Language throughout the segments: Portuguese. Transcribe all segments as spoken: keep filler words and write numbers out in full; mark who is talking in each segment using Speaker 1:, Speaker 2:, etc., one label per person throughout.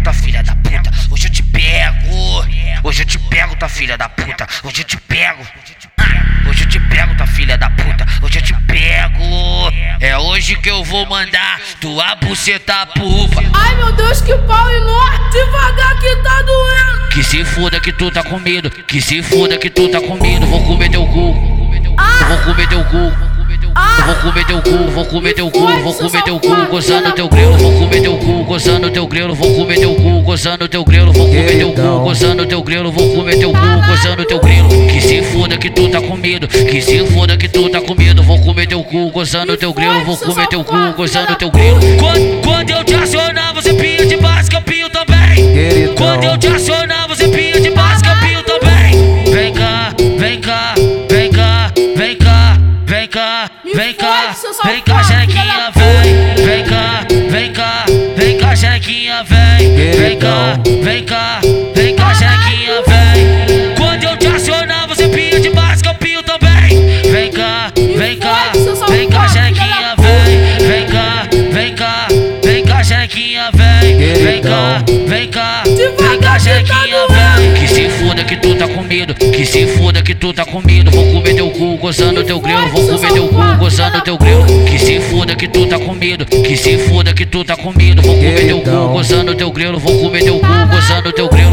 Speaker 1: tua filha da puta. Hoje eu te pego. Hoje eu te pego, tua filha da puta. Hoje eu te pego. Hoje eu te pego, tua filha da puta. Hoje eu te pego. É hoje que eu vou mandar tua buceta pupa.
Speaker 2: Ai meu Deus, que pau enorme. Devagar que tá doendo.
Speaker 1: Que se foda que tu tá com medo. Que se foda que tu tá com medo. Vou comer teu cu. Vou comer teu cu. Vou comer teu cu, vou comer teu cu, vou comer teu cu, gozando teu grelo, vou comer teu cu, gozando teu grelo, vou comer teu cu, gozando teu grelo, vou comer teu cu, gozando teu grelo, vou comer teu cu, gozando teu grelo. Que se foda que tu tá com medo, que se foda que tu tá com medo, vou comer teu cu, gozando teu grelo, vou comer teu cu, gozando teu grelo. Quando, quando eu te acionar, você pia de base, que eu pio também. Quando eu te acionar, você pia de base, que eu pio também. Vem cá, vem cá, vem cá, vem cá, vem cá. Vem cá, vem cá, xerequinha, vem. Vem cá, vem cá, vem cá, xerequinha, vem. Vem cá, vem cá, vem cá, xerequinha, vem. Quando eu te acionar, você pia de base, que eu pio também. Vem cá, vem cá, vem cá, xerequinha, vem. Vem cá, vem cá, vem cá, xerequinha, vem. Vem cá, vem cá, vem cá, xerequinha, vem. Que se foda que tu tá com medo, que se foda que tu tá com medo. Vou comer teu cu, gozando teu grelo, vou comer teu cu, gozando teu grelo. Que se foda que tu tá com medo, que se foda que tu tá com medo. Vou comer teu cu, gozando teu grelo, vou comer teu cu, gozando teu grelo.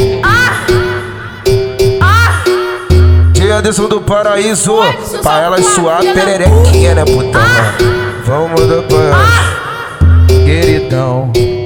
Speaker 3: Tia Anderson do Paraíso, pra elas suar pererequinha, né, putão? Vamos depois, queridão.